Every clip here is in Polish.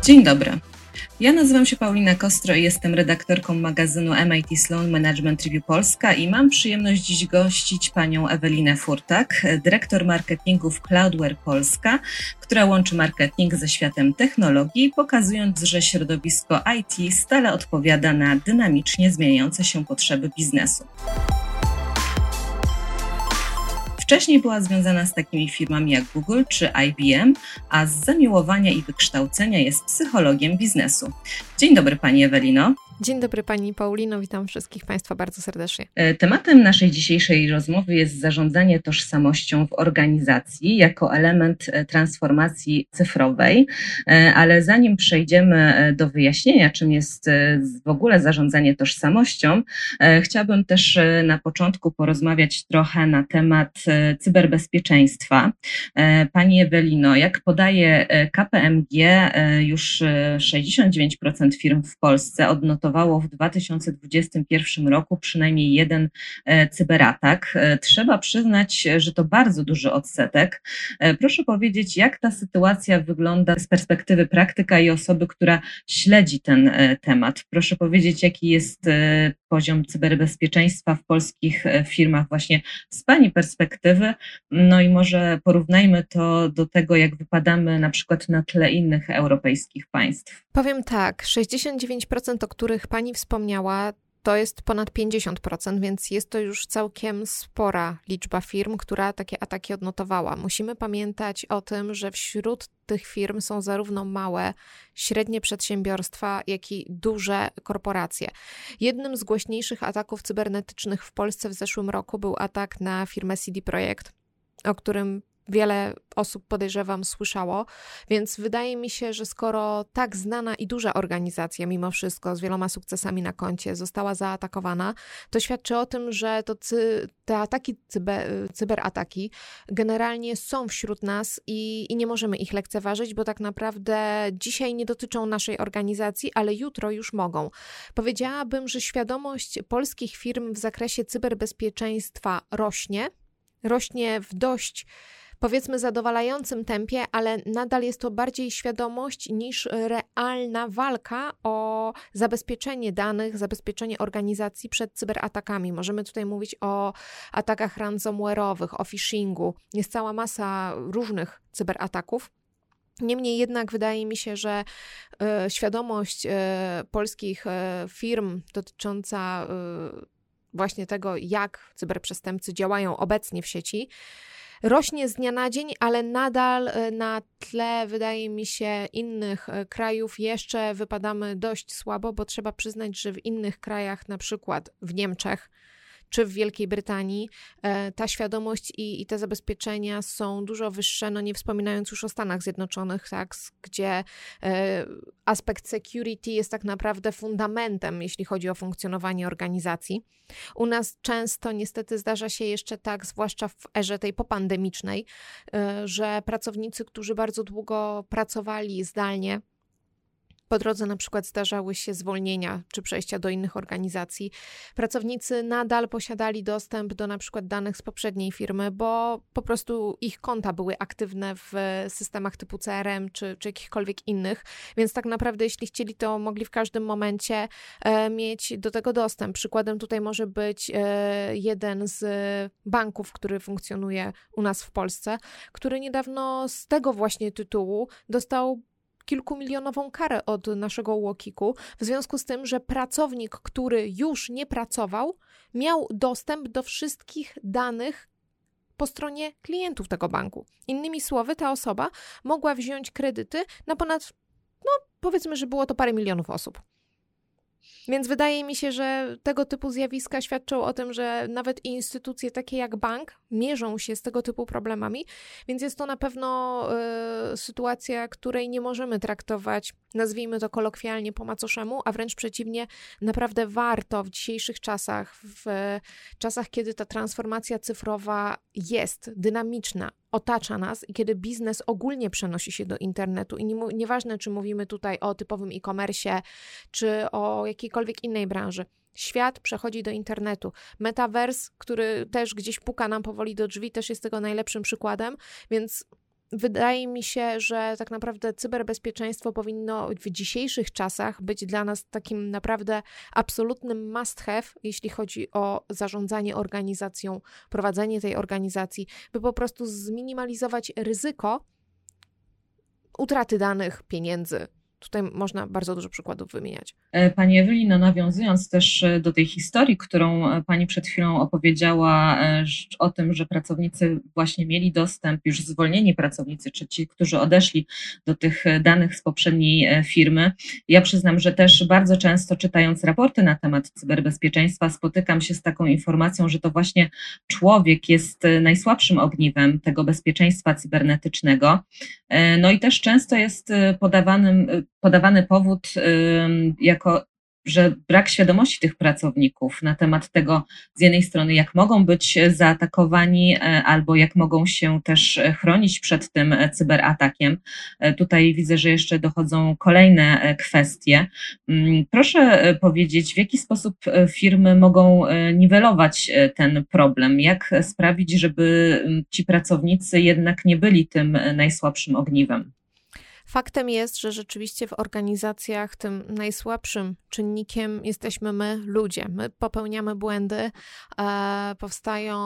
Dzień dobry. Ja nazywam się Paulina Kostro i jestem redaktorką magazynu MIT Sloan Management Review Polska i mam przyjemność dziś gościć panią Ewelinę Furtak, dyrektor marketingu w Cloudware Polska, która łączy marketing ze światem technologii, pokazując, że środowisko IT stale odpowiada na dynamicznie zmieniające się potrzeby biznesu. Wcześniej była związana z takimi firmami jak Google czy IBM, a z zamiłowania i wykształcenia jest psychologiem biznesu. Dzień dobry pani Ewelino. Dzień dobry pani Paulino, witam wszystkich państwa bardzo serdecznie. Tematem naszej dzisiejszej rozmowy jest zarządzanie tożsamością w organizacji jako element transformacji cyfrowej, ale zanim przejdziemy do wyjaśnienia, czym jest w ogóle zarządzanie tożsamością, chciałabym też na początku porozmawiać trochę na temat cyberbezpieczeństwa. Pani Ewelino, jak podaje KPMG, już 69% firm w Polsce odnotowało w 2021 roku przynajmniej jeden cyberatak. Trzeba przyznać, że to bardzo duży odsetek. Proszę powiedzieć, jak ta sytuacja wygląda z perspektywy praktyka i osoby, która śledzi ten temat. Proszę powiedzieć, jaki jest poziom cyberbezpieczeństwa w polskich firmach właśnie z pani perspektywy. No i może porównajmy to do tego, jak wypadamy na przykład na tle innych europejskich państw. Powiem tak, 69%, o których pani wspomniała, to jest ponad 50%, więc jest to już całkiem spora liczba firm, która takie ataki odnotowała. Musimy pamiętać o tym, że wśród tych firm są zarówno małe, średnie przedsiębiorstwa, jak i duże korporacje. Jednym z głośniejszych ataków cybernetycznych w Polsce w zeszłym roku był atak na firmę CD Projekt, o którym wiele osób, podejrzewam, słyszało, więc wydaje mi się, że skoro tak znana i duża organizacja, mimo wszystko z wieloma sukcesami na koncie, została zaatakowana, to świadczy o tym, że te ataki, cyberataki generalnie są wśród nas i nie możemy ich lekceważyć, bo tak naprawdę dzisiaj nie dotyczą naszej organizacji, ale jutro już mogą. Powiedziałabym, że świadomość polskich firm w zakresie cyberbezpieczeństwa rośnie w dość, powiedzmy, zadowalającym tempie, ale nadal jest to bardziej świadomość niż realna walka o zabezpieczenie danych, zabezpieczenie organizacji przed cyberatakami. Możemy tutaj mówić o atakach ransomware'owych, o phishingu. Jest cała masa różnych cyberataków. Niemniej jednak wydaje mi się, że świadomość polskich firm dotycząca właśnie tego, jak cyberprzestępcy działają obecnie w sieci, rośnie z dnia na dzień, ale nadal na tle, wydaje mi się, innych krajów jeszcze wypadamy dość słabo, bo trzeba przyznać, że w innych krajach, na przykład w Niemczech czy w Wielkiej Brytanii, ta świadomość i te zabezpieczenia są dużo wyższe, no nie wspominając już o Stanach Zjednoczonych, tak, gdzie aspekt security jest tak naprawdę fundamentem, jeśli chodzi o funkcjonowanie organizacji. U nas często niestety zdarza się jeszcze tak, zwłaszcza w erze tej popandemicznej, że pracownicy, którzy bardzo długo pracowali zdalnie, po drodze na przykład zdarzały się zwolnienia czy przejścia do innych organizacji. Pracownicy nadal posiadali dostęp do na przykład danych z poprzedniej firmy, bo po prostu ich konta były aktywne w systemach typu CRM czy jakichkolwiek innych, więc tak naprawdę jeśli chcieli, to mogli w każdym momencie mieć do tego dostęp. Przykładem tutaj może być jeden z banków, który funkcjonuje u nas w Polsce, który niedawno z tego właśnie tytułu dostał kilkumilionową karę od naszego UOKiK-u, w związku z tym, że pracownik, który już nie pracował, miał dostęp do wszystkich danych po stronie klientów tego banku. Innymi słowy, ta osoba mogła wziąć kredyty na ponad, powiedzmy, że było to parę milionów osób. Więc wydaje mi się, że tego typu zjawiska świadczą o tym, że nawet instytucje takie jak bank mierzą się z tego typu problemami, więc jest to na pewno sytuacja, której nie możemy traktować, nazwijmy to kolokwialnie, po macoszemu, a wręcz przeciwnie, naprawdę warto w dzisiejszych czasach, w czasach, kiedy ta transformacja cyfrowa jest dynamiczna, otacza nas i kiedy biznes ogólnie przenosi się do internetu i nieważne, czy mówimy tutaj o typowym e-commerce, czy o jakiejkolwiek innej branży, świat przechodzi do internetu. Metaverse, który też gdzieś puka nam powoli do drzwi, też jest tego najlepszym przykładem, więc wydaje mi się, że tak naprawdę cyberbezpieczeństwo powinno w dzisiejszych czasach być dla nas takim naprawdę absolutnym must have, jeśli chodzi o zarządzanie organizacją, prowadzenie tej organizacji, by po prostu zminimalizować ryzyko utraty danych, pieniędzy. Tutaj można bardzo dużo przykładów wymieniać. Pani Ewelino, nawiązując też do tej historii, którą Pani przed chwilą opowiedziała o tym, że pracownicy właśnie mieli dostęp, już zwolnieni pracownicy, czy ci, którzy odeszli do tych danych z poprzedniej firmy. Ja przyznam, że też bardzo często czytając raporty na temat cyberbezpieczeństwa spotykam się z taką informacją, że to właśnie człowiek jest najsłabszym ogniwem tego bezpieczeństwa cybernetycznego. No i też często jest podawany powód że brak świadomości tych pracowników na temat tego, z jednej strony, jak mogą być zaatakowani, albo jak mogą się też chronić przed tym cyberatakiem. Tutaj widzę, że jeszcze dochodzą kolejne kwestie. Proszę powiedzieć, w jaki sposób firmy mogą niwelować ten problem? Jak sprawić, żeby ci pracownicy jednak nie byli tym najsłabszym ogniwem? Faktem jest, że rzeczywiście w organizacjach tym najsłabszym czynnikiem jesteśmy my, ludzie. My popełniamy błędy, powstają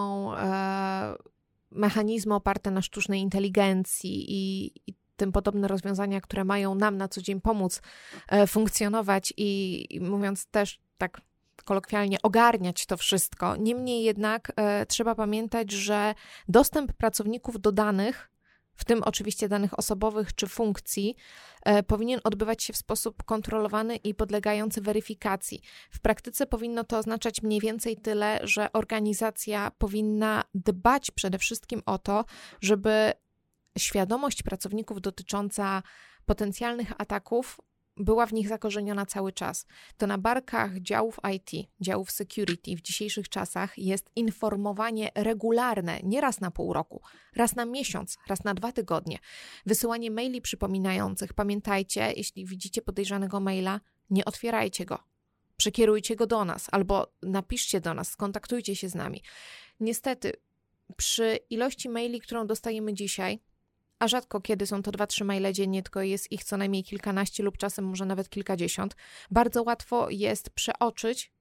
mechanizmy oparte na sztucznej inteligencji i tym podobne rozwiązania, które mają nam na co dzień pomóc funkcjonować i mówiąc też tak kolokwialnie, ogarniać to wszystko. Niemniej jednak trzeba pamiętać, że dostęp pracowników do danych, w tym oczywiście danych osobowych czy funkcji, powinien odbywać się w sposób kontrolowany i podlegający weryfikacji. W praktyce powinno to oznaczać mniej więcej tyle, że organizacja powinna dbać przede wszystkim o to, żeby świadomość pracowników dotycząca potencjalnych ataków była w nich zakorzeniona cały czas. To na barkach działów IT, działów security w dzisiejszych czasach jest informowanie regularne, nie raz na pół roku, raz na miesiąc, raz na 2 tygodnie. Wysyłanie maili przypominających. Pamiętajcie, jeśli widzicie podejrzanego maila, nie otwierajcie go. Przekierujcie go do nas albo napiszcie do nas, skontaktujcie się z nami. Niestety, przy ilości maili, którą dostajemy dzisiaj, a rzadko kiedy są to 2-3 maile dziennie, tylko jest ich co najmniej kilkanaście lub czasem może nawet kilkadziesiąt. Bardzo łatwo jest przeoczyć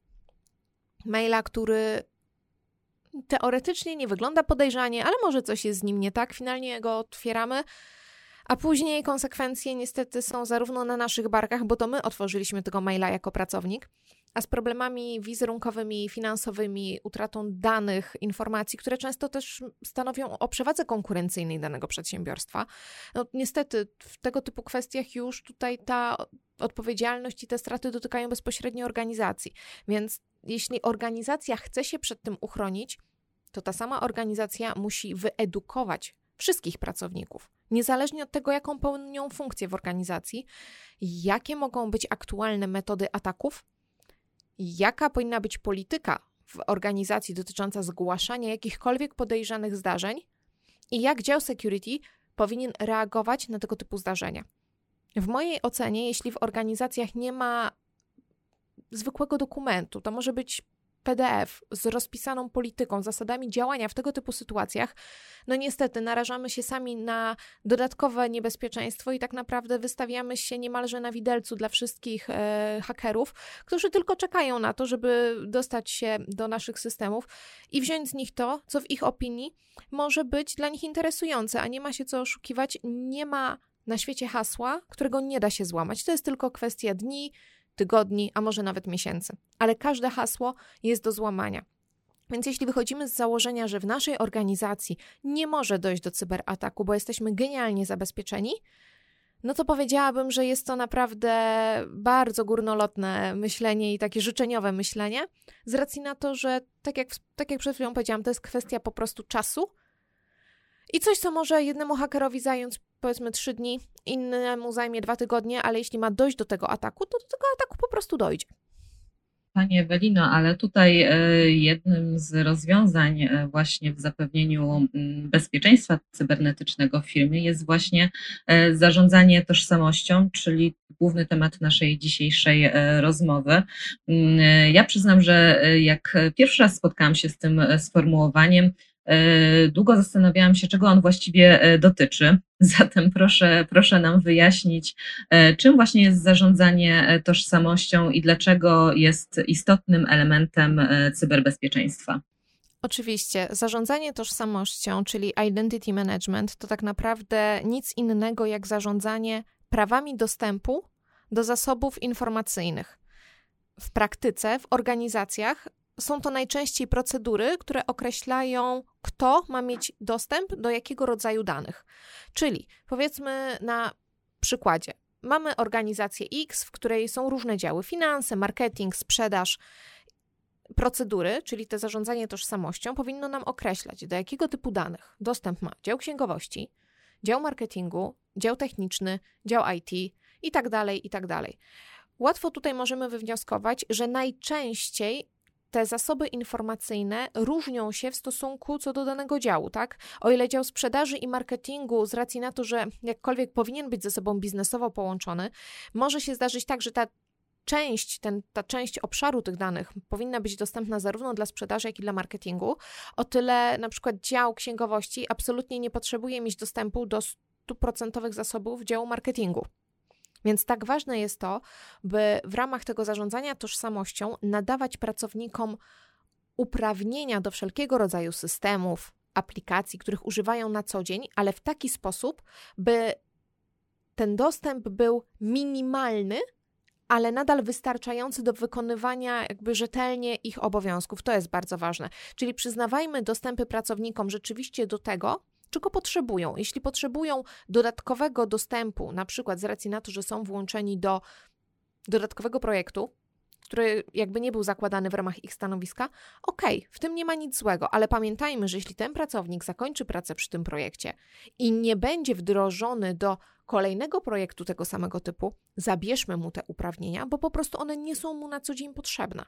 maila, który teoretycznie nie wygląda podejrzanie, ale może coś jest z nim nie tak. Finalnie go otwieramy, a później konsekwencje niestety są zarówno na naszych barkach, bo to my otworzyliśmy tego maila jako pracownik, a z problemami wizerunkowymi, finansowymi, utratą danych, informacji, które często też stanowią o przewadze konkurencyjnej danego przedsiębiorstwa. No, niestety w tego typu kwestiach już tutaj ta odpowiedzialność i te straty dotykają bezpośrednio organizacji. Więc jeśli organizacja chce się przed tym uchronić, to ta sama organizacja musi wyedukować wszystkich pracowników, niezależnie od tego, jaką pełnią funkcję w organizacji, jakie mogą być aktualne metody ataków, jaka powinna być polityka w organizacji dotycząca zgłaszania jakichkolwiek podejrzanych zdarzeń i jak dział security powinien reagować na tego typu zdarzenia. W mojej ocenie, jeśli w organizacjach nie ma zwykłego dokumentu, to może być PDF z rozpisaną polityką, zasadami działania w tego typu sytuacjach, no niestety narażamy się sami na dodatkowe niebezpieczeństwo i tak naprawdę wystawiamy się niemalże na widelcu dla wszystkich hakerów, którzy tylko czekają na to, żeby dostać się do naszych systemów i wziąć z nich to, co w ich opinii może być dla nich interesujące, a nie ma się co oszukiwać, nie ma na świecie hasła, którego nie da się złamać. To jest tylko kwestia dni, tygodni, a może nawet miesięcy. Ale każde hasło jest do złamania. Więc jeśli wychodzimy z założenia, że w naszej organizacji nie może dojść do cyberataku, bo jesteśmy genialnie zabezpieczeni, no to powiedziałabym, że jest to naprawdę bardzo górnolotne myślenie i takie życzeniowe myślenie, z racji na to, że tak jak przed chwilą powiedziałam, to jest kwestia po prostu czasu i coś, co może jednemu hakerowi zająć powiedzmy 3 dni, innemu zajmie 2 tygodnie, ale jeśli ma dojść do tego ataku, to do tego ataku po prostu dojdzie. Pani Ewelino, ale tutaj jednym z rozwiązań właśnie w zapewnieniu bezpieczeństwa cybernetycznego w firmie jest właśnie zarządzanie tożsamością, czyli główny temat naszej dzisiejszej rozmowy. Ja przyznam, że jak pierwszy raz spotkałam się z tym sformułowaniem, długo zastanawiałam się, czego on właściwie dotyczy. Zatem proszę nam wyjaśnić, czym właśnie jest zarządzanie tożsamością i dlaczego jest istotnym elementem cyberbezpieczeństwa. Oczywiście, zarządzanie tożsamością, czyli identity management, to tak naprawdę nic innego jak zarządzanie prawami dostępu do zasobów informacyjnych. W praktyce, w organizacjach są to najczęściej procedury, które określają, kto ma mieć dostęp do jakiego rodzaju danych. Czyli powiedzmy na przykładzie, mamy organizację X, w której są różne działy: finanse, marketing, sprzedaż. Procedury, czyli to zarządzanie tożsamością, powinno nam określać, do jakiego typu danych dostęp ma dział księgowości, dział marketingu, dział techniczny, dział IT i tak dalej, i tak dalej. Łatwo tutaj możemy wywnioskować, że najczęściej te zasoby informacyjne różnią się w stosunku co do danego działu, tak? O ile dział sprzedaży i marketingu, z racji na to, że jakkolwiek powinien być ze sobą biznesowo połączony, może się zdarzyć tak, że ta część obszaru tych danych powinna być dostępna zarówno dla sprzedaży, jak i dla marketingu. O tyle na przykład dział księgowości absolutnie nie potrzebuje mieć dostępu do 100% zasobów działu marketingu. Więc tak ważne jest to, by w ramach tego zarządzania tożsamością nadawać pracownikom uprawnienia do wszelkiego rodzaju systemów, aplikacji, których używają na co dzień, ale w taki sposób, by ten dostęp był minimalny, ale nadal wystarczający do wykonywania jakby rzetelnie ich obowiązków. To jest bardzo ważne. Czyli przyznawajmy dostępy pracownikom rzeczywiście do tego, czego potrzebują. Jeśli potrzebują dodatkowego dostępu, na przykład z racji na to, że są włączeni do dodatkowego projektu, który jakby nie był zakładany w ramach ich stanowiska, okej, w tym nie ma nic złego, ale pamiętajmy, że jeśli ten pracownik zakończy pracę przy tym projekcie i nie będzie wdrożony do kolejnego projektu tego samego typu, zabierzmy mu te uprawnienia, bo po prostu one nie są mu na co dzień potrzebne.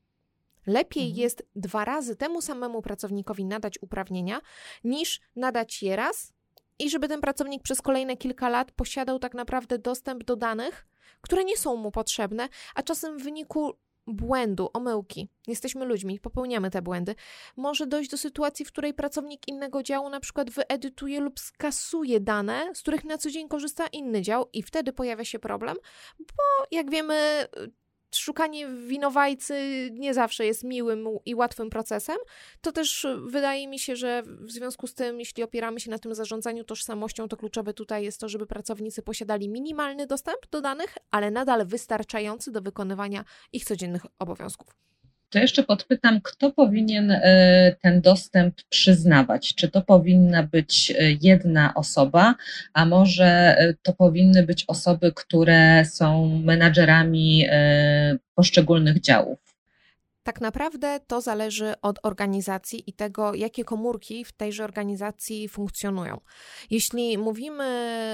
Lepiej jest 2 razy temu samemu pracownikowi nadać uprawnienia, niż nadać je raz i żeby ten pracownik przez kolejne kilka lat posiadał tak naprawdę dostęp do danych, które nie są mu potrzebne, a czasem w wyniku błędu, omyłki, jesteśmy ludźmi, popełniamy te błędy, może dojść do sytuacji, w której pracownik innego działu na przykład wyedytuje lub skasuje dane, z których na co dzień korzysta inny dział i wtedy pojawia się problem, bo jak wiemy, szukanie winowajcy nie zawsze jest miłym i łatwym procesem, to też wydaje mi się, że w związku z tym, jeśli opieramy się na tym zarządzaniu tożsamością, to kluczowe tutaj jest to, żeby pracownicy posiadali minimalny dostęp do danych, ale nadal wystarczający do wykonywania ich codziennych obowiązków. To jeszcze podpytam, kto powinien ten dostęp przyznawać? Czy to powinna być jedna osoba, a może to powinny być osoby, które są menadżerami poszczególnych działów? Tak naprawdę to zależy od organizacji i tego, jakie komórki w tejże organizacji funkcjonują. Jeśli mówimy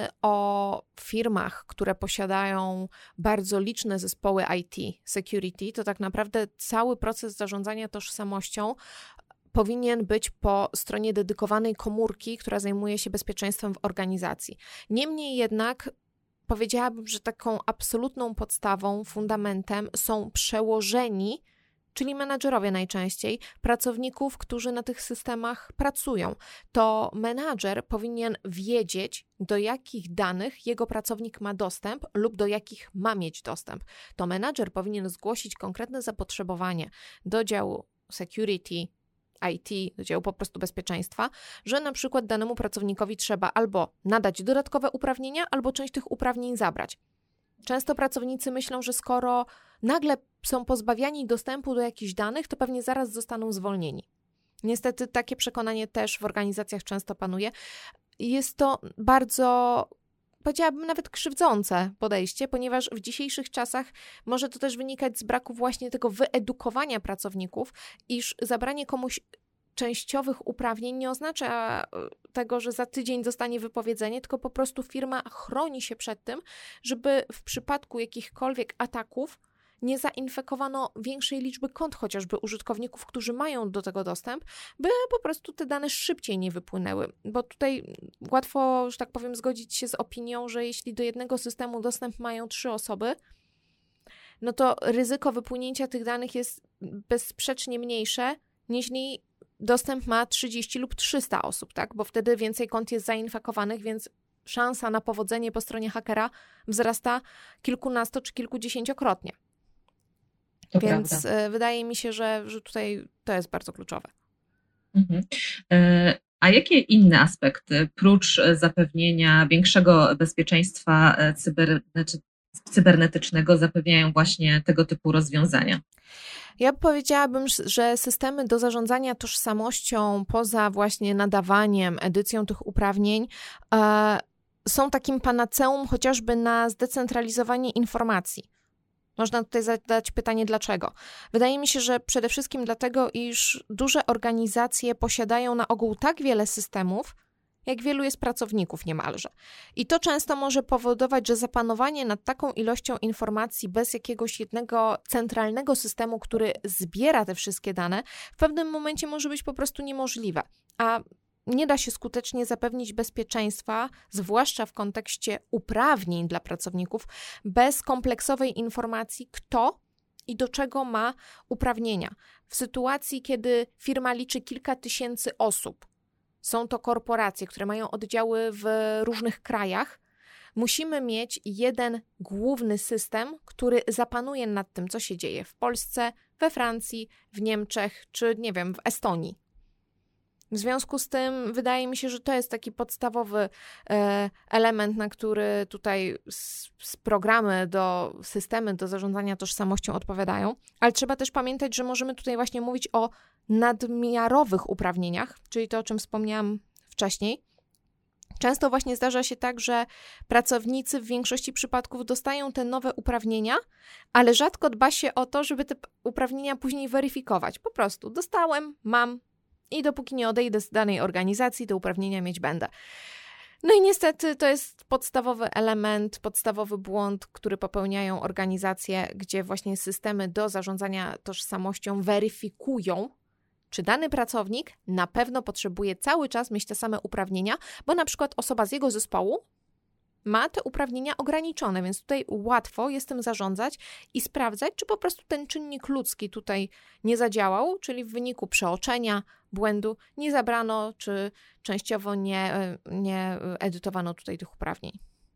o firmach, które posiadają bardzo liczne zespoły IT, security, to tak naprawdę cały proces zarządzania tożsamością powinien być po stronie dedykowanej komórki, która zajmuje się bezpieczeństwem w organizacji. Niemniej jednak powiedziałabym, że taką absolutną podstawą, fundamentem są przełożeni, czyli menadżerowie najczęściej, pracowników, którzy na tych systemach pracują. To menadżer powinien wiedzieć, do jakich danych jego pracownik ma dostęp lub do jakich ma mieć dostęp. To menadżer powinien zgłosić konkretne zapotrzebowanie do działu security, IT, do działu po prostu bezpieczeństwa, że na przykład danemu pracownikowi trzeba albo nadać dodatkowe uprawnienia, albo część tych uprawnień zabrać. Często pracownicy myślą, że skoro nagle są pozbawiani dostępu do jakichś danych, to pewnie zaraz zostaną zwolnieni. Niestety takie przekonanie też w organizacjach często panuje. Jest to bardzo, powiedziałabym, nawet krzywdzące podejście, ponieważ w dzisiejszych czasach może to też wynikać z braku właśnie tego wyedukowania pracowników, iż zabranie komuś częściowych uprawnień nie oznacza tego, że za tydzień dostanie wypowiedzenie, tylko po prostu firma chroni się przed tym, żeby w przypadku jakichkolwiek ataków nie zainfekowano większej liczby kont, chociażby użytkowników, którzy mają do tego dostęp, by po prostu te dane szybciej nie wypłynęły. Bo tutaj łatwo, że tak powiem, zgodzić się z opinią, że jeśli do jednego systemu dostęp mają 3 osoby, no to ryzyko wypłynięcia tych danych jest bezsprzecznie mniejsze, niż dostęp ma 30 lub 300 osób, tak? Bo wtedy więcej kont jest zainfekowanych, więc szansa na powodzenie po stronie hakera wzrasta kilkunasto czy kilkudziesięciokrotnie. Więc wydaje mi się, że tutaj to jest bardzo kluczowe. Mhm. A jakie inne aspekty, prócz zapewnienia większego bezpieczeństwa cybernetycznego, zapewniają właśnie tego typu rozwiązania? Ja powiedziałabym, że systemy do zarządzania tożsamością, poza właśnie nadawaniem, edycją tych uprawnień, są takim panaceum chociażby na zdecentralizowanie informacji. Można tutaj zadać pytanie, dlaczego? Wydaje mi się, że przede wszystkim dlatego, iż duże organizacje posiadają na ogół tak wiele systemów, jak wielu jest pracowników niemalże. I to często może powodować, że zapanowanie nad taką ilością informacji bez jakiegoś jednego centralnego systemu, który zbiera te wszystkie dane, w pewnym momencie może być po prostu niemożliwe. A nie da się skutecznie zapewnić bezpieczeństwa, zwłaszcza w kontekście uprawnień dla pracowników, bez kompleksowej informacji, kto i do czego ma uprawnienia. W sytuacji, kiedy firma liczy kilka tysięcy osób, są to korporacje, które mają oddziały w różnych krajach, musimy mieć jeden główny system, który zapanuje nad tym, co się dzieje w Polsce, we Francji, w Niemczech czy, nie wiem, w Estonii. W związku z tym wydaje mi się, że to jest taki podstawowy element, na który tutaj systemy do zarządzania tożsamością odpowiadają, ale trzeba też pamiętać, że możemy tutaj właśnie mówić o nadmiarowych uprawnieniach, czyli to, o czym wspomniałam wcześniej. Często właśnie zdarza się tak, że pracownicy w większości przypadków dostają te nowe uprawnienia, ale rzadko dba się o to, żeby te uprawnienia później weryfikować. Po prostu dostałem, mam i dopóki nie odejdę z danej organizacji, te uprawnienia mieć będę. No i niestety to jest podstawowy element, podstawowy błąd, który popełniają organizacje, gdzie właśnie systemy do zarządzania tożsamością weryfikują, czy dany pracownik na pewno potrzebuje cały czas mieć te same uprawnienia, bo na przykład osoba z jego zespołu ma te uprawnienia ograniczone, więc tutaj łatwo jest tym zarządzać i sprawdzać, czy po prostu ten czynnik ludzki tutaj nie zadziałał, czyli w wyniku przeoczenia, błędu nie zabrano, czy częściowo nie edytowano tutaj tych uprawnień.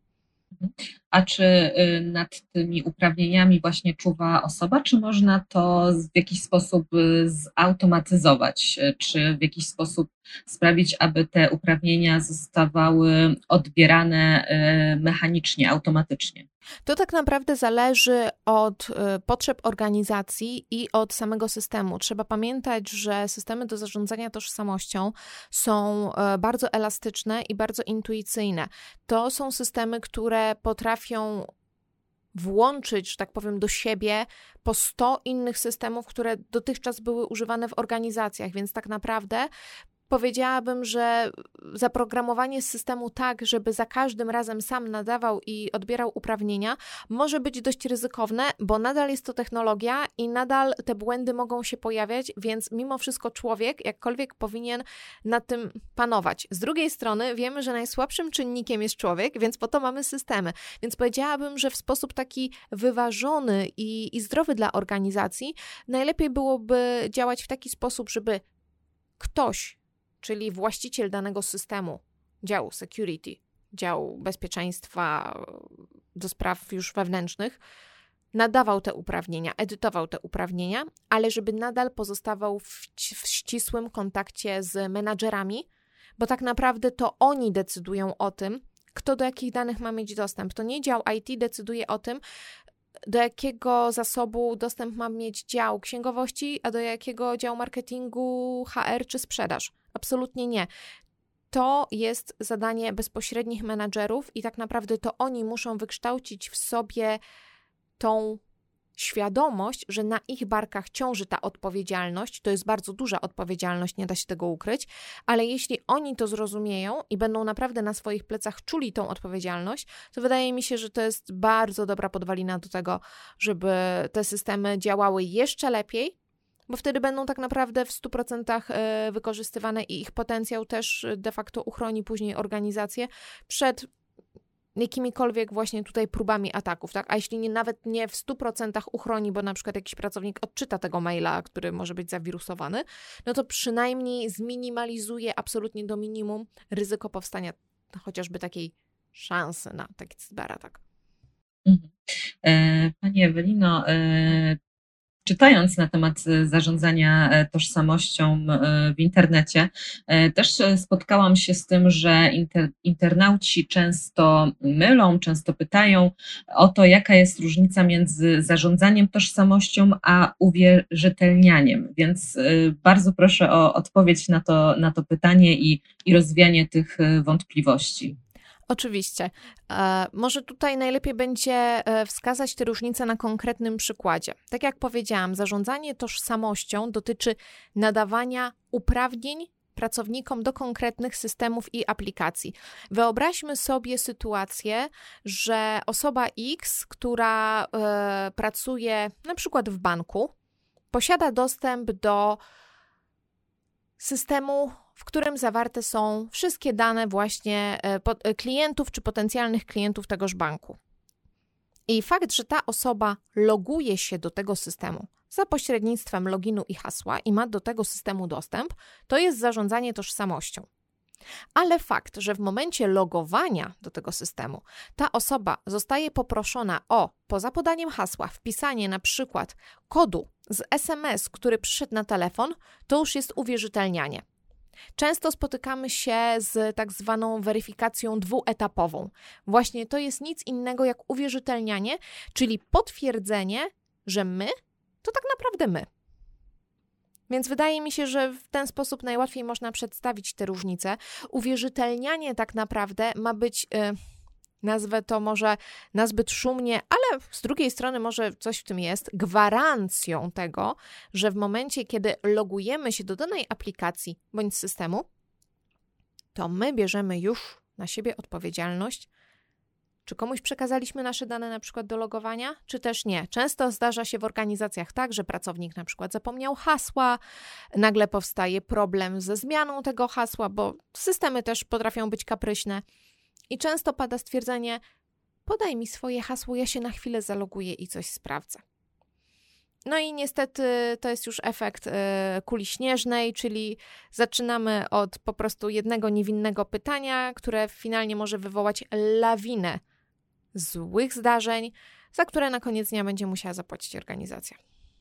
A czy nad tymi uprawnieniami właśnie czuwa osoba, czy można to w jakiś sposób zautomatyzować, czy w jakiś sposób sprawić, aby te uprawnienia zostawały odbierane mechanicznie, automatycznie? To tak naprawdę zależy od potrzeb organizacji i od samego systemu. Trzeba pamiętać, że systemy do zarządzania tożsamością są bardzo elastyczne i bardzo intuicyjne. To są systemy, które potrafią włączyć, że tak powiem, do siebie po 100 innych systemów, które dotychczas były używane w organizacjach, więc tak naprawdę powiedziałabym, że zaprogramowanie systemu tak, żeby za każdym razem sam nadawał i odbierał uprawnienia, może być dość ryzykowne, bo nadal jest to technologia i nadal te błędy mogą się pojawiać, więc mimo wszystko człowiek jakkolwiek powinien nad tym panować. Z drugiej strony wiemy, że najsłabszym czynnikiem jest człowiek, więc po to mamy systemy. Więc powiedziałabym, że w sposób taki wyważony i zdrowy dla organizacji najlepiej byłoby działać w taki sposób, żeby ktoś, czyli właściciel danego systemu, działu security, działu bezpieczeństwa do spraw już wewnętrznych, nadawał te uprawnienia, edytował te uprawnienia, ale żeby nadal pozostawał w ścisłym kontakcie z menadżerami, bo tak naprawdę to oni decydują o tym, kto do jakich danych ma mieć dostęp. To nie dział IT decyduje o tym, do jakiego zasobu dostęp ma mieć dział księgowości, a do jakiego działu marketingu, HR czy sprzedaż. Absolutnie nie. To jest zadanie bezpośrednich menadżerów i tak naprawdę to oni muszą wykształcić w sobie tą świadomość, że na ich barkach ciąży ta odpowiedzialność. To jest bardzo duża odpowiedzialność, nie da się tego ukryć, ale jeśli oni to zrozumieją i będą naprawdę na swoich plecach czuli tą odpowiedzialność, to wydaje mi się, że to jest bardzo dobra podwalina do tego, żeby te systemy działały jeszcze lepiej, bo wtedy będą tak naprawdę w 100% wykorzystywane i ich potencjał też de facto uchroni później organizację przed jakimikolwiek właśnie tutaj próbami ataków, tak? A jeśli nawet nie w 100% uchroni, bo na przykład jakiś pracownik odczyta tego maila, który może być zawirusowany, no to przynajmniej zminimalizuje absolutnie do minimum ryzyko powstania chociażby takiej szansy na taki cyberatak. Pani Ewelino, czytając na temat zarządzania tożsamością w internecie, też spotkałam się z tym, że internauci często mylą, często pytają o to, jaka jest różnica między zarządzaniem tożsamością a uwierzytelnianiem. Więc bardzo proszę o odpowiedź na to pytanie i rozwianie tych wątpliwości. Oczywiście. Może tutaj najlepiej będzie wskazać te różnice na konkretnym przykładzie. Tak jak powiedziałam, zarządzanie tożsamością dotyczy nadawania uprawnień pracownikom do konkretnych systemów i aplikacji. Wyobraźmy sobie sytuację, że osoba X, która pracuje na przykład w banku, posiada dostęp do systemu, w którym zawarte są wszystkie dane właśnie klientów czy potencjalnych klientów tegoż banku. I fakt, że ta osoba loguje się do tego systemu za pośrednictwem loginu i hasła i ma do tego systemu dostęp, to jest zarządzanie tożsamością. Ale fakt, że w momencie logowania do tego systemu ta osoba zostaje poproszona o, poza podaniem hasła, wpisanie na przykład kodu z SMS, który przyszedł na telefon, to już jest uwierzytelnianie. Często spotykamy się z tak zwaną weryfikacją dwuetapową. Właśnie to jest nic innego jak uwierzytelnianie, czyli potwierdzenie, że my to tak naprawdę my. Więc wydaje mi się, że w ten sposób najłatwiej można przedstawić te różnice. Uwierzytelnianie tak naprawdę ma być, nazwę to może nazbyt szumnie, ale z drugiej strony może coś w tym jest, gwarancją tego, że w momencie, kiedy logujemy się do danej aplikacji bądź systemu, to my bierzemy już na siebie odpowiedzialność, czy komuś przekazaliśmy nasze dane na przykład do logowania, czy też nie. Często zdarza się w organizacjach tak, że pracownik na przykład zapomniał hasła, nagle powstaje problem ze zmianą tego hasła, bo systemy też potrafią być kapryśne i często pada stwierdzenie: podaj mi swoje hasło, ja się na chwilę zaloguję i coś sprawdzę. No i niestety to jest już efekt kuli śnieżnej, czyli zaczynamy od po prostu jednego niewinnego pytania, które finalnie może wywołać lawinę złych zdarzeń, za które na koniec dnia będzie musiała zapłacić organizacja.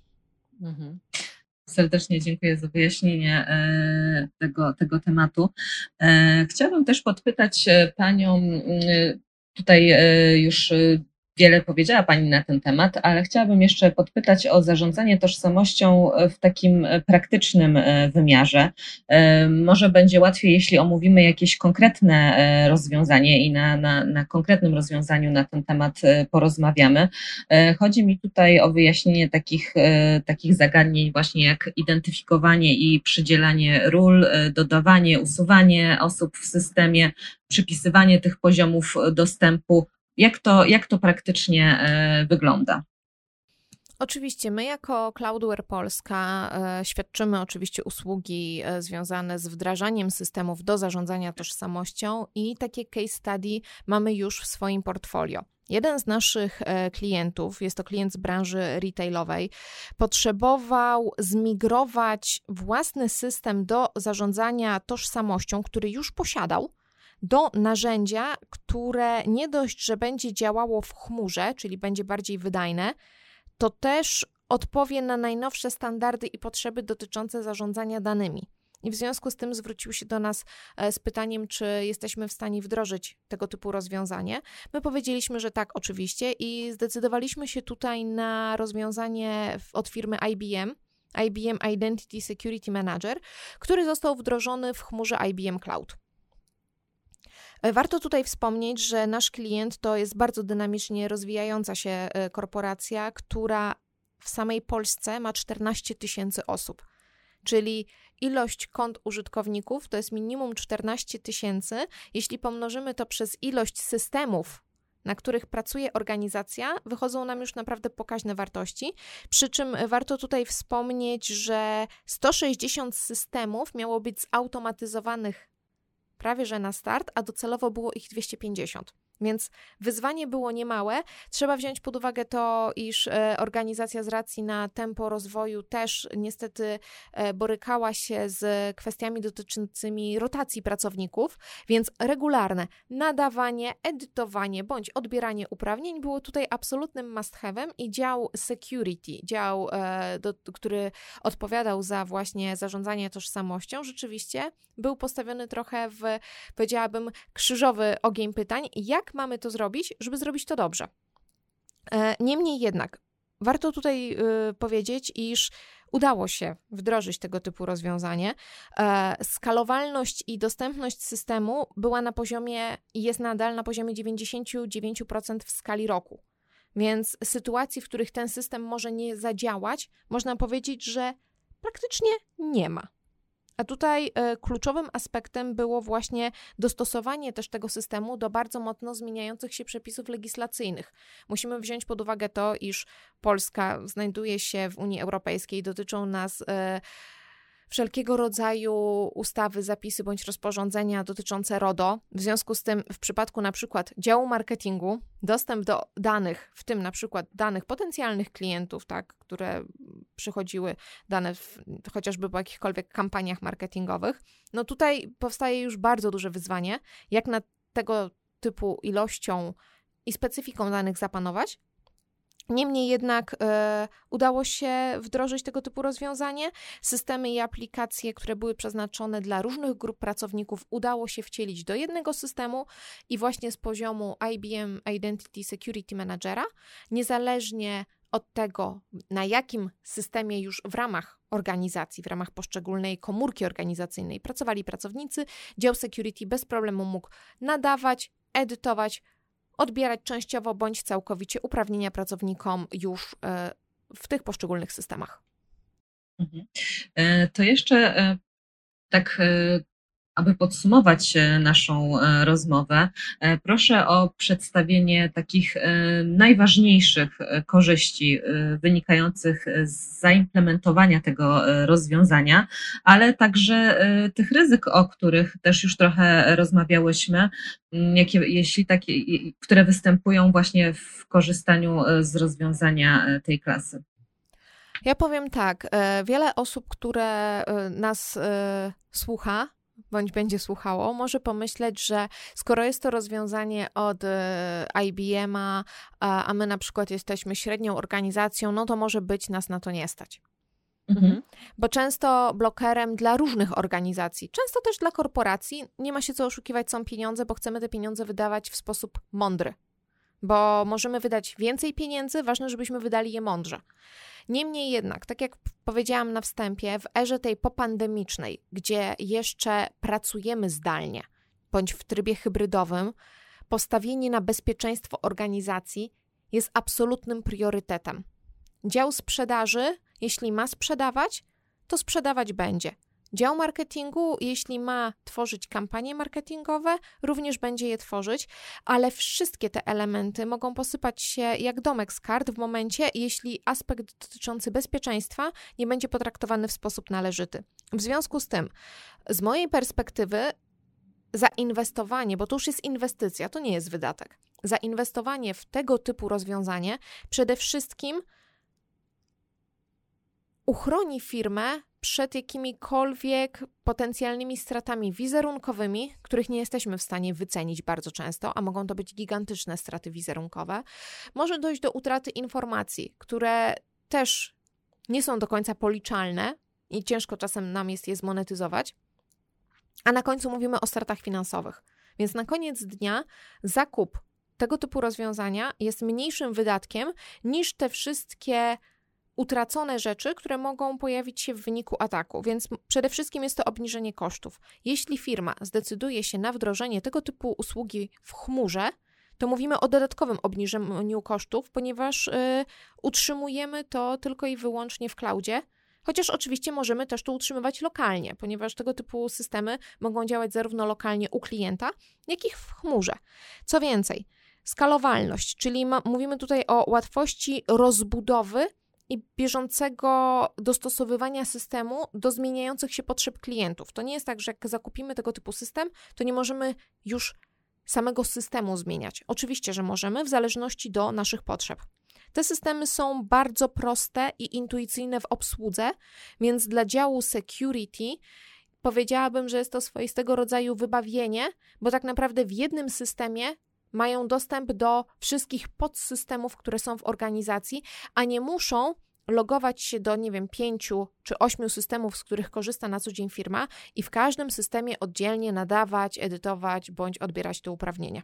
Serdecznie dziękuję za wyjaśnienie tego tematu. Chciałabym też podpytać Panią, tutaj już wiele powiedziała Pani na ten temat, ale chciałabym jeszcze podpytać o zarządzanie tożsamością w takim praktycznym wymiarze. Może będzie łatwiej, jeśli omówimy jakieś konkretne rozwiązanie i na konkretnym rozwiązaniu na ten temat porozmawiamy. Chodzi mi tutaj o wyjaśnienie takich zagadnień właśnie jak identyfikowanie i przydzielanie ról, dodawanie, usuwanie osób w systemie, przypisywanie tych poziomów dostępu. Jak to praktycznie wygląda? Oczywiście, my jako Cloudware Polska świadczymy oczywiście usługi związane z wdrażaniem systemów do zarządzania tożsamością i takie case study mamy już w swoim portfolio. Jeden z naszych klientów, jest to klient z branży retailowej, potrzebował zmigrować własny system do zarządzania tożsamością, który już posiadał, do narzędzia, które nie dość, że będzie działało w chmurze, czyli będzie bardziej wydajne, to też odpowie na najnowsze standardy i potrzeby dotyczące zarządzania danymi. I w związku z tym zwrócił się do nas z pytaniem, czy jesteśmy w stanie wdrożyć tego typu rozwiązanie. My powiedzieliśmy, że tak, oczywiście, i zdecydowaliśmy się tutaj na rozwiązanie od firmy IBM Identity Security Manager, który został wdrożony w chmurze IBM Cloud. Warto tutaj wspomnieć, że nasz klient to jest bardzo dynamicznie rozwijająca się korporacja, która w samej Polsce ma 14 000 osób, czyli ilość kont użytkowników to jest minimum 14 000. Jeśli pomnożymy to przez ilość systemów, na których pracuje organizacja, wychodzą nam już naprawdę pokaźne wartości, przy czym warto tutaj wspomnieć, że 160 systemów miało być zautomatyzowanych prawie że na start, a docelowo było ich 250. Więc wyzwanie było niemałe. Trzeba wziąć pod uwagę to, iż organizacja z racji na tempo rozwoju też niestety borykała się z kwestiami dotyczącymi rotacji pracowników, więc regularne nadawanie, edytowanie bądź odbieranie uprawnień było tutaj absolutnym must-have'em i dział security, dział, który odpowiadał za właśnie zarządzanie tożsamością, rzeczywiście był postawiony trochę w, powiedziałabym, krzyżowy ogień pytań, jak mamy to zrobić, żeby zrobić to dobrze. Niemniej jednak, warto tutaj powiedzieć, iż udało się wdrożyć tego typu rozwiązanie. Skalowalność i dostępność systemu była na poziomie i jest nadal na poziomie 99% w skali roku. Więc sytuacji, w których ten system może nie zadziałać, można powiedzieć, że praktycznie nie ma. A tutaj kluczowym aspektem było właśnie dostosowanie też tego systemu do bardzo mocno zmieniających się przepisów legislacyjnych. Musimy wziąć pod uwagę to, iż Polska znajduje się w Unii Europejskiej, dotyczą nas wszelkiego rodzaju ustawy, zapisy bądź rozporządzenia dotyczące RODO. W związku z tym w przypadku na przykład działu marketingu dostęp do danych, w tym na przykład danych potencjalnych klientów, tak, które przychodziły, dane chociażby po jakichkolwiek kampaniach marketingowych, no tutaj powstaje już bardzo duże wyzwanie, jak nad tego typu ilością i specyfiką danych zapanować. Niemniej jednak udało się wdrożyć tego typu rozwiązanie. Systemy i aplikacje, które były przeznaczone dla różnych grup pracowników, udało się wcielić do jednego systemu i właśnie z poziomu IBM Identity Security Managera, niezależnie od tego, na jakim systemie już w ramach organizacji, w ramach poszczególnej komórki organizacyjnej pracowali pracownicy, dział security bez problemu mógł nadawać, edytować, odbierać częściowo bądź całkowicie uprawnienia pracownikom już w tych poszczególnych systemach. To jeszcze tak, aby podsumować naszą rozmowę, proszę o przedstawienie takich najważniejszych korzyści wynikających z zaimplementowania tego rozwiązania, ale także tych ryzyk, o których też już trochę rozmawiałyśmy, które występują właśnie w korzystaniu z rozwiązania tej klasy. Ja powiem tak, wiele osób, które nas słucha, bądź będzie słuchało, może pomyśleć, że skoro jest to rozwiązanie od IBM-a, a my na przykład jesteśmy średnią organizacją, no to może być nas na to nie stać. Bo często blokerem dla różnych organizacji, często też dla korporacji, nie ma się co oszukiwać, są pieniądze, bo chcemy te pieniądze wydawać w sposób mądry. Bo możemy wydać więcej pieniędzy, ważne, żebyśmy wydali je mądrze. Niemniej jednak, tak jak powiedziałam na wstępie, w erze tej popandemicznej, gdzie jeszcze pracujemy zdalnie, bądź w trybie hybrydowym, postawienie na bezpieczeństwo organizacji jest absolutnym priorytetem. Dział sprzedaży, jeśli ma sprzedawać, to sprzedawać będzie. Dział marketingu, jeśli ma tworzyć kampanie marketingowe, również będzie je tworzyć, ale wszystkie te elementy mogą posypać się jak domek z kart w momencie, jeśli aspekt dotyczący bezpieczeństwa nie będzie potraktowany w sposób należyty. W związku z tym, z mojej perspektywy, zainwestowanie, bo to już jest inwestycja, to nie jest wydatek, zainwestowanie w tego typu rozwiązanie przede wszystkim uchroni firmę przed jakimikolwiek potencjalnymi stratami wizerunkowymi, których nie jesteśmy w stanie wycenić bardzo często, a mogą to być gigantyczne straty wizerunkowe. Może dojść do utraty informacji, które też nie są do końca policzalne i ciężko czasem nam jest je zmonetyzować. A na końcu mówimy o stratach finansowych. Więc na koniec dnia zakup tego typu rozwiązania jest mniejszym wydatkiem niż te wszystkie utracone rzeczy, które mogą pojawić się w wyniku ataku, więc przede wszystkim jest to obniżenie kosztów. Jeśli firma zdecyduje się na wdrożenie tego typu usługi w chmurze, to mówimy o dodatkowym obniżeniu kosztów, ponieważ utrzymujemy to tylko i wyłącznie w cloudzie, chociaż oczywiście możemy też to utrzymywać lokalnie, ponieważ tego typu systemy mogą działać zarówno lokalnie u klienta, jak i w chmurze. Co więcej, skalowalność, czyli mówimy tutaj o łatwości rozbudowy i bieżącego dostosowywania systemu do zmieniających się potrzeb klientów. To nie jest tak, że jak zakupimy tego typu system, to nie możemy już samego systemu zmieniać. Oczywiście, że możemy, w zależności do naszych potrzeb. Te systemy są bardzo proste i intuicyjne w obsłudze, więc dla działu security powiedziałabym, że jest to swoistego rodzaju wybawienie, bo tak naprawdę w jednym systemie mają dostęp do wszystkich podsystemów, które są w organizacji, a nie muszą logować się do, 5 czy 8 systemów, z których korzysta na co dzień firma i w każdym systemie oddzielnie nadawać, edytować bądź odbierać te uprawnienia.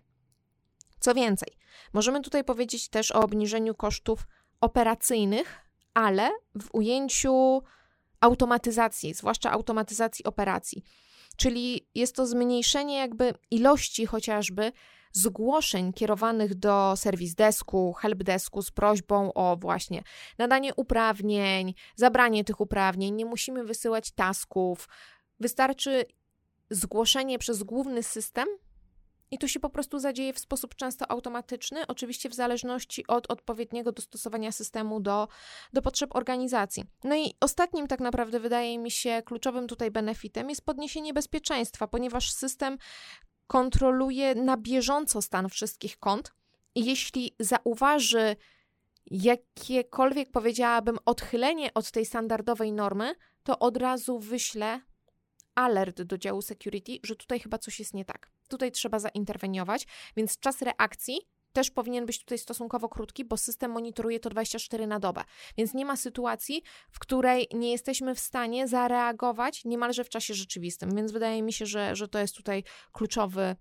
Co więcej, możemy tutaj powiedzieć też o obniżeniu kosztów operacyjnych, ale w ujęciu automatyzacji, zwłaszcza automatyzacji operacji. Czyli jest to zmniejszenie ilości chociażby zgłoszeń kierowanych do serwis desku, helpdesku z prośbą o właśnie nadanie uprawnień, zabranie tych uprawnień, nie musimy wysyłać tasków, wystarczy zgłoszenie przez główny system i to się po prostu zadzieje w sposób często automatyczny, oczywiście w zależności od odpowiedniego dostosowania systemu do potrzeb organizacji. No i ostatnim tak naprawdę wydaje mi się kluczowym tutaj benefitem jest podniesienie bezpieczeństwa, ponieważ system kontroluje na bieżąco stan wszystkich kont i jeśli zauważy jakiekolwiek, powiedziałabym, odchylenie od tej standardowej normy, to od razu wyśle alert do działu security, że tutaj chyba coś jest nie tak. Tutaj trzeba zainterweniować, więc czas reakcji też powinien być tutaj stosunkowo krótki, bo system monitoruje to 24 na dobę, więc nie ma sytuacji, w której nie jesteśmy w stanie zareagować niemalże w czasie rzeczywistym, więc wydaje mi się, że to jest tutaj kluczowy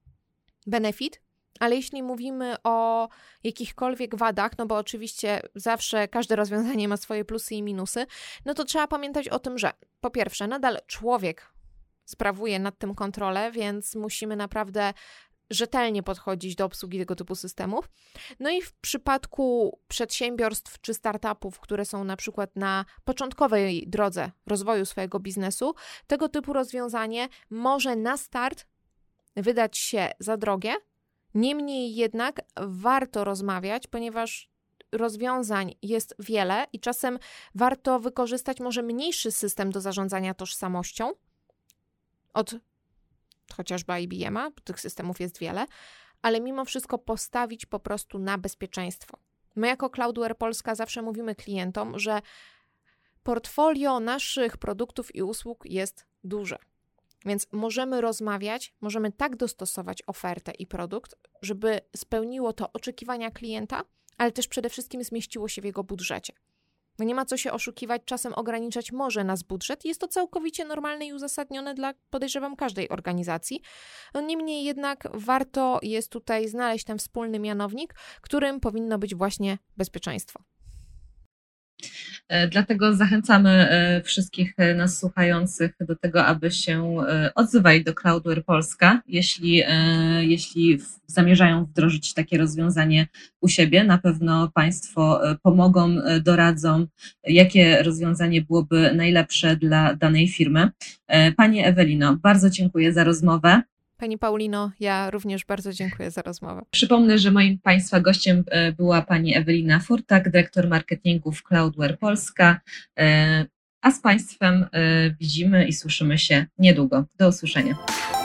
benefit. Ale jeśli mówimy o jakichkolwiek wadach, no bo oczywiście zawsze każde rozwiązanie ma swoje plusy i minusy, no to trzeba pamiętać o tym, że po pierwsze nadal człowiek sprawuje nad tym kontrolę, więc musimy naprawdę rzetelnie podchodzić do obsługi tego typu systemów. No i w przypadku przedsiębiorstw czy startupów, które są na przykład na początkowej drodze rozwoju swojego biznesu, tego typu rozwiązanie może na start wydać się za drogie. Niemniej jednak warto rozmawiać, ponieważ rozwiązań jest wiele i czasem warto wykorzystać może mniejszy system do zarządzania tożsamością od chociażby IBM-a, bo tych systemów jest wiele, ale mimo wszystko postawić po prostu na bezpieczeństwo. My jako Cloudware Polska zawsze mówimy klientom, że portfolio naszych produktów i usług jest duże. Więc możemy rozmawiać, możemy tak dostosować ofertę i produkt, żeby spełniło to oczekiwania klienta, ale też przede wszystkim zmieściło się w jego budżecie. Bo nie ma co się oszukiwać, czasem ograniczać może nas budżet. Jest to całkowicie normalne i uzasadnione dla, podejrzewam, każdej organizacji. No, niemniej jednak warto jest tutaj znaleźć ten wspólny mianownik, którym powinno być właśnie bezpieczeństwo. Dlatego zachęcamy wszystkich nas słuchających do tego, aby się odzywali do Cloudware Polska, jeśli zamierzają wdrożyć takie rozwiązanie u siebie. Na pewno Państwo pomogą, doradzą, jakie rozwiązanie byłoby najlepsze dla danej firmy. Pani Ewelino, bardzo dziękuję za rozmowę. Pani Paulino, ja również bardzo dziękuję za rozmowę. Przypomnę, że moim Państwa gościem była pani Ewelina Furtak, dyrektor marketingu w Cloudware Polska, a z Państwem widzimy i słyszymy się niedługo. Do usłyszenia.